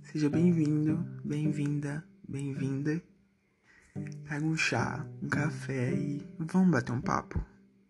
Seja bem-vindo, bem-vinda, bem-vinda. Pega um chá, um café e vamos bater um papo.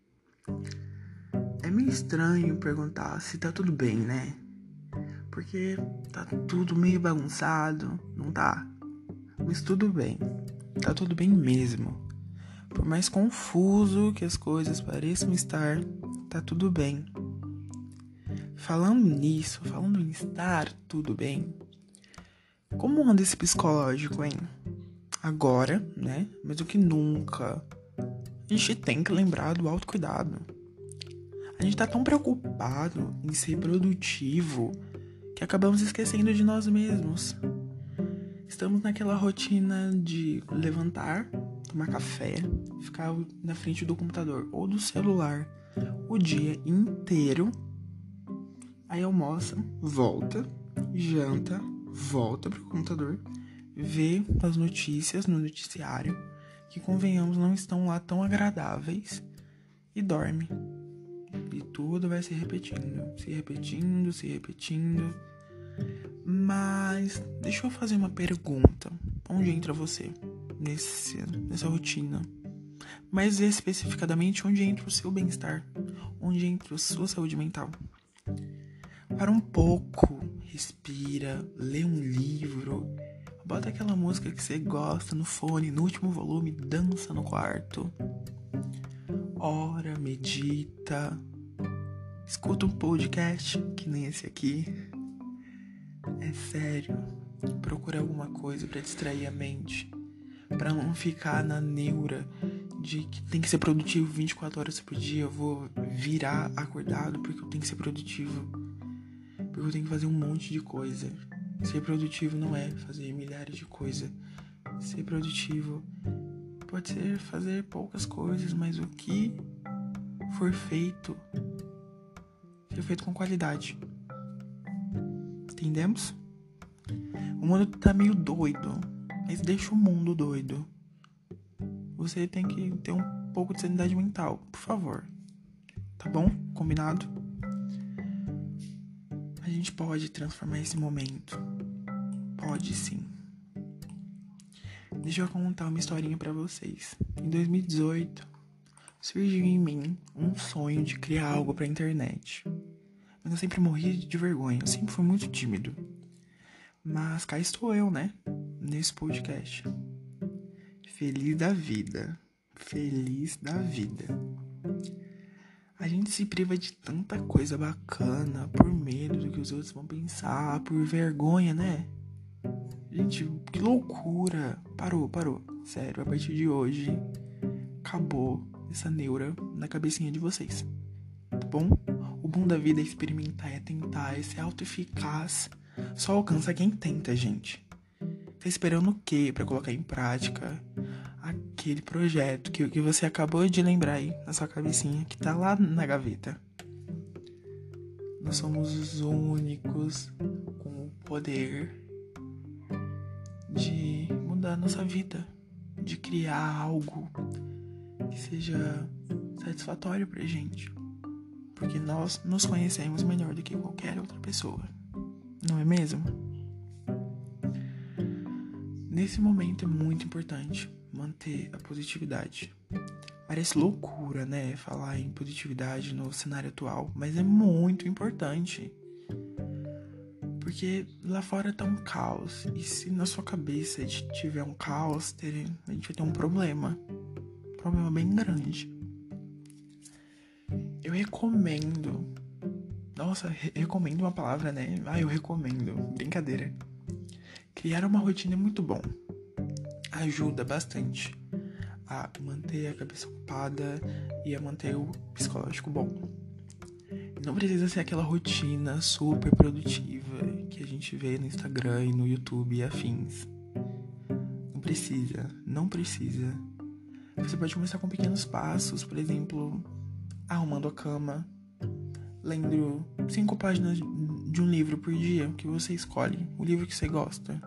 É meio estranho perguntar se tá tudo bem, né? Porque tá tudo meio bagunçado, não tá? Mas tudo bem, tá tudo bem mesmo. Por mais confuso que as coisas pareçam estar, tá tudo bem. Falando nisso, falando em estar tudo bem, como anda esse psicológico, hein? Agora, né? Mais do que nunca, a gente tem que lembrar do autocuidado. A gente tá tão preocupado em ser produtivo que acabamos esquecendo de nós mesmos. Estamos naquela rotina de levantar, tomar café, ficar na frente do computador ou do celular o dia inteiro. Aí almoça, volta, janta, volta pro computador, vê as notícias no noticiário, que convenhamos não estão lá tão agradáveis, e dorme. E tudo vai se repetindo. Mas deixa eu fazer uma pergunta. Onde entra você nessa rotina? Mais especificadamente, onde entra o seu bem-estar? Onde entra a sua saúde mental? Para um pouco, respira, lê um livro, bota aquela música que você gosta no fone, no último volume, dança no quarto. Ora, medita, escuta um podcast que nem esse aqui. É sério, procura alguma coisa pra distrair a mente, pra não ficar na neura de que tem que ser produtivo 24 horas por dia. Eu vou virar acordado porque eu tenho que ser produtivo, porque eu tenho que fazer um monte de coisa. Ser produtivo não é fazer milhares de coisas. Ser produtivo pode ser fazer poucas coisas, mas o que for feito, ser feito com qualidade. Entendemos? O mundo tá meio doido, mas deixa o mundo doido. Você tem que ter um pouco de sanidade mental, por favor. Tá bom? Combinado? A gente pode transformar esse momento. Pode sim. Deixa eu contar uma historinha pra vocês. Em 2018, surgiu em mim um sonho de criar algo pra internet. Mas eu sempre morri de vergonha, eu sempre fui muito tímido. Mas cá estou eu, né? Nesse podcast. Feliz da vida. A gente se priva de tanta coisa bacana por medo do que os outros vão pensar, por vergonha, né? Gente, que loucura. Parou. Sério, a partir de hoje, acabou essa neura na cabecinha de vocês. Tá bom? O bom da vida é experimentar, é tentar, é ser autoeficaz. Só alcança quem tenta, gente. Tá esperando o quê pra colocar em prática aquele projeto que você acabou de lembrar aí na sua cabecinha, que tá lá na gaveta? Nós somos os únicos com o poder de mudar a nossa vida, de criar algo que seja satisfatório pra gente, porque nós nos conhecemos melhor do que qualquer outra pessoa, não é mesmo? Nesse momento é muito importante manter a positividade. Parece loucura, né, falar em positividade no cenário atual, mas é muito importante. Porque lá fora tá um caos, e se na sua cabeça tiver um caos, a gente vai ter um problema bem grande. Eu recomendo, recomendo uma palavra, né? Eu recomendo, brincadeira. Criar uma rotina é muito bom, ajuda bastante a manter a cabeça ocupada e a manter o psicológico bom. Não precisa ser aquela rotina super produtiva que a gente vê no Instagram e no YouTube e afins. Não precisa. Você pode começar com pequenos passos, por exemplo, arrumando a cama, lendo 5 páginas de um livro por dia que você escolhe, o livro que você gosta.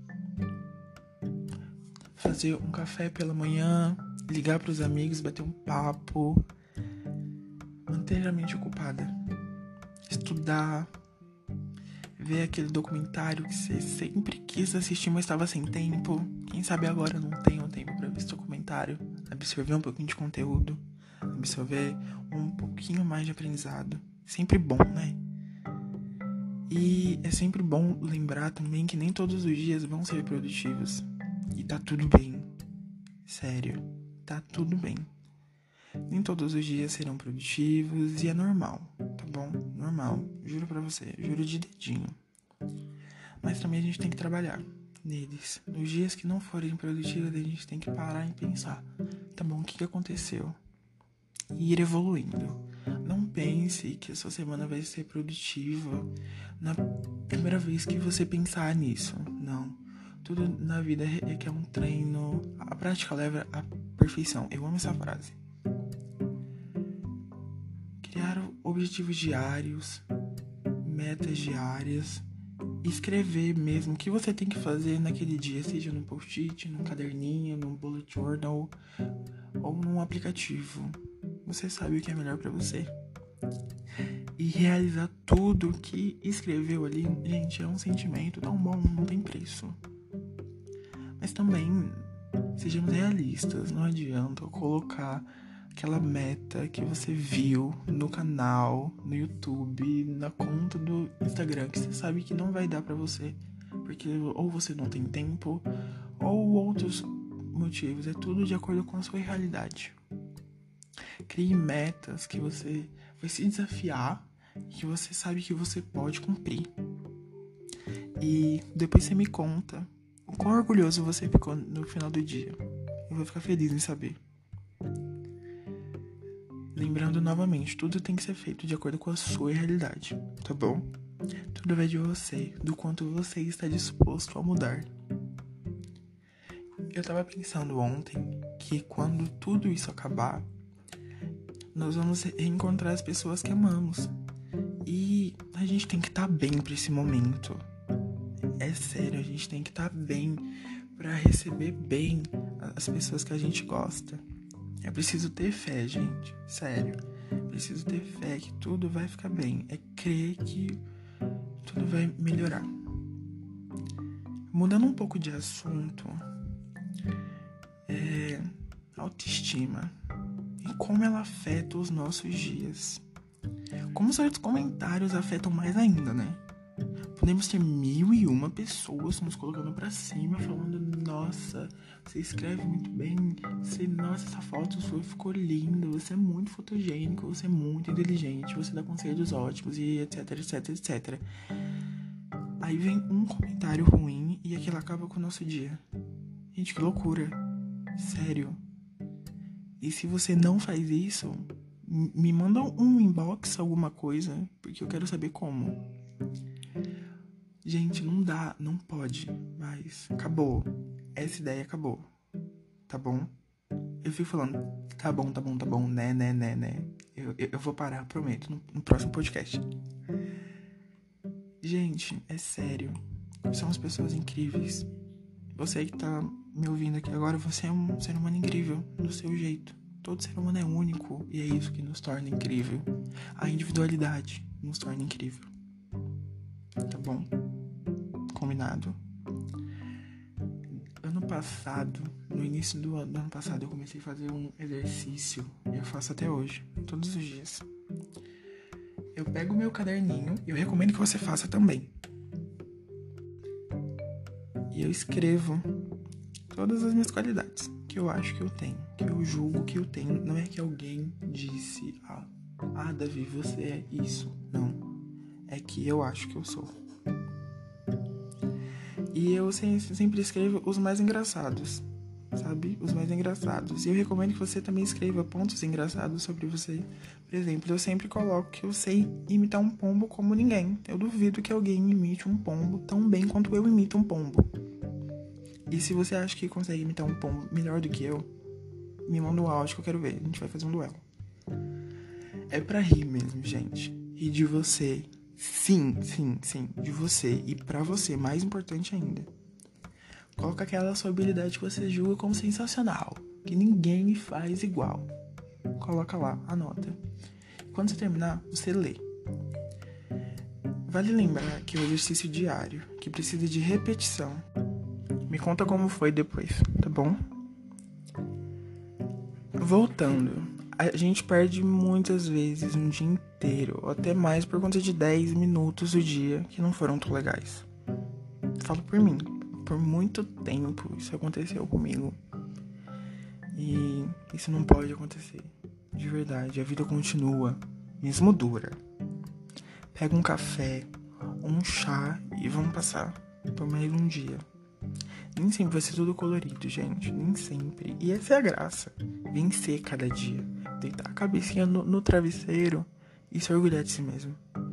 Fazer um café pela manhã, ligar para os amigos, bater um papo, manter a mente ocupada, estudar. ver aquele documentário que você sempre quis assistir, mas estava sem tempo. Quem sabe agora não tem um tempo para ver esse documentário, absorver um pouquinho de conteúdo, absorver um pouquinho mais de aprendizado. Sempre bom, né? E é sempre bom lembrar também que nem todos os dias vão ser produtivos. E tá tudo bem. Sério, tá tudo bem. Nem todos os dias serão produtivos e é normal, tá bom? Normal, juro pra você, juro de dedinho. Mas também a gente tem que trabalhar neles. Nos dias que não forem produtivos, a gente tem que parar e pensar, tá bom, o que aconteceu? E ir evoluindo. Não pense que a sua semana vai ser produtiva na primeira vez que você pensar nisso. Não. Tudo na vida requer um treino. A prática leva à perfeição. Eu amo essa frase. Criar objetivos diários, metas diárias, escrever mesmo o que você tem que fazer naquele dia, seja num post-it, num caderninho, num bullet journal ou num aplicativo. Você sabe o que é melhor pra você. E realizar tudo que escreveu ali, gente, é um sentimento tão bom, não tem preço. Mas também, sejamos realistas, não adianta eu colocar aquela meta que você viu no canal, no YouTube, na conta do Instagram, que você sabe que não vai dar pra você, porque ou você não tem tempo, ou outros motivos, é tudo de acordo com a sua realidade. Crie metas que você vai se desafiar, que você sabe que você pode cumprir. E depois você me conta o quão orgulhoso você ficou no final do dia. Eu vou ficar feliz em saber. Lembrando novamente, tudo tem que ser feito de acordo com a sua realidade, tá bom? Tudo vai de você, do quanto você está disposto a mudar. Eu tava pensando ontem que quando tudo isso acabar, nós vamos reencontrar as pessoas que amamos. E a gente tem que estar bem pra esse momento. É sério, a gente tem que estar bem pra receber bem as pessoas que a gente gosta. É preciso ter fé, gente. Sério. Preciso ter fé que tudo vai ficar bem. É crer que tudo vai melhorar. Mudando um pouco de assunto, autoestima. E como ela afeta os nossos dias. Como certos comentários afetam mais ainda, né? Podemos ter 1001 pessoas nos colocando pra cima, falando, nossa, você escreve muito bem, nossa, essa foto sua ficou linda, você é muito fotogênico, você é muito inteligente, você dá conselhos ótimos e etc, etc, etc. Aí vem um comentário ruim e aquilo acaba com o nosso dia. Gente, que loucura. Sério. E se você não faz isso, me manda um inbox, alguma coisa, porque eu quero saber como. Gente, não dá, não pode, mas acabou. Essa ideia acabou, tá bom? Eu fico falando, tá bom, né. Eu vou parar, prometo, no próximo podcast. Gente, é sério, somos pessoas incríveis. Você que tá me ouvindo aqui agora, você é um ser humano incrível, do seu jeito. Todo ser humano é único e é isso que nos torna incrível. A individualidade nos torna incrível. Tá bom? Combinado? Ano passado, no início do ano passado, eu comecei a fazer um exercício. E eu faço até hoje, todos os dias. Eu pego o meu caderninho, e eu recomendo que você faça também. E eu escrevo todas as minhas qualidades que eu acho que eu tenho, que eu julgo que eu tenho. Não é que alguém disse, Davi, você é isso. Não. É que eu acho que eu sou. E eu sempre escrevo os mais engraçados, sabe? Os mais engraçados. E eu recomendo que você também escreva pontos engraçados sobre você. Por exemplo, eu sempre coloco que eu sei imitar um pombo como ninguém. Eu duvido que alguém imite um pombo tão bem quanto eu imito um pombo. E se você acha que consegue imitar um pombo melhor do que eu, me manda um áudio que eu quero ver. A gente vai fazer um duelo. É pra rir mesmo, gente. Rir de você. Sim, de você e pra você, mais importante ainda. Coloca aquela sua habilidade que você julga como sensacional, que ninguém faz igual. Coloca lá, anota. Quando você terminar, você lê. Vale lembrar que é um exercício diário, que precisa de repetição. Me conta como foi depois, tá bom? Voltando, a gente perde muitas vezes um dia inteiro, ou até mais por conta de 10 minutos do dia que não foram tão legais. Falo por mim, por muito tempo isso aconteceu comigo. E isso não pode acontecer, de verdade, a vida continua, mesmo dura. Pega um café, um chá e vamos passar por mais um dia. Nem sempre vai ser tudo colorido, gente, nem sempre. E essa é a graça, vencer cada dia, deitar a cabecinha no travesseiro e se orgulhar de si mesmo.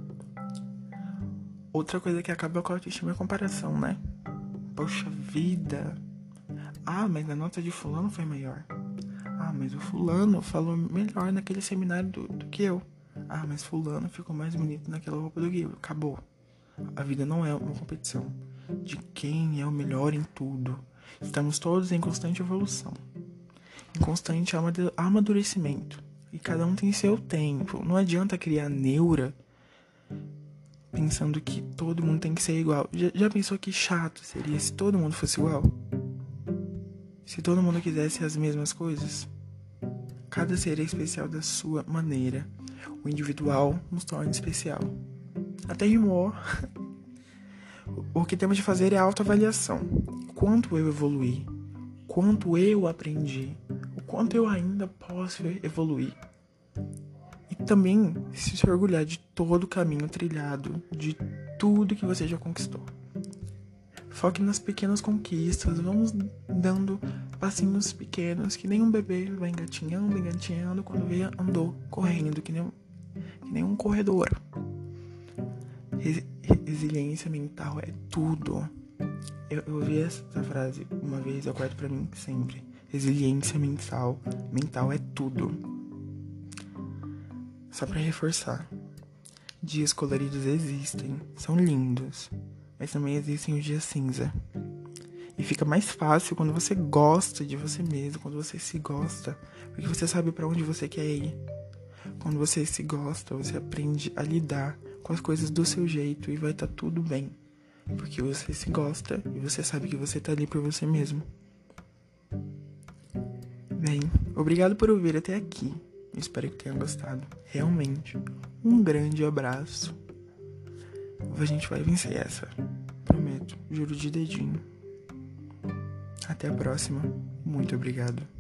Outra coisa que acaba com a autoestima é a comparação, né? Poxa vida, mas a nota de fulano foi maior. Mas o fulano falou melhor naquele seminário do que eu. Mas fulano ficou mais bonito naquela roupa do que eu. Acabou. A vida não é uma competição de quem é o melhor em tudo. Estamos todos em constante evolução, em constante amadurecimento. E cada um tem seu tempo. Não adianta criar neura pensando que todo mundo tem que ser igual. Já pensou que chato seria se todo mundo fosse igual? Se todo mundo quisesse as mesmas coisas? Cada ser é especial da sua maneira. O individual nos torna especial. Até rimou. O que temos de fazer é a autoavaliação. Quanto eu evoluí? Quanto eu aprendi? O quanto eu ainda posso evoluir? E também se orgulhar de todo o caminho trilhado, de tudo que você já conquistou. Foque nas pequenas conquistas, vamos dando passinhos pequenos, que nem um bebê vai engatinhando, quando vê andou correndo, que nem um corredor. Resiliência mental é tudo. Eu ouvi essa frase uma vez, eu guardo pra mim sempre. Resiliência mental é tudo. Só pra reforçar, dias coloridos existem, são lindos, mas também existem os dias cinza. E fica mais fácil quando você gosta de você mesmo, quando você se gosta, porque você sabe pra onde você quer ir. Quando você se gosta, você aprende a lidar com as coisas do seu jeito e vai estar tudo bem. Porque você se gosta e você sabe que você tá ali por você mesmo. Bem, obrigado por ouvir até aqui. Espero que tenha gostado. Realmente, um grande abraço. A gente vai vencer essa. Prometo, juro de dedinho. Até a próxima. Muito obrigado.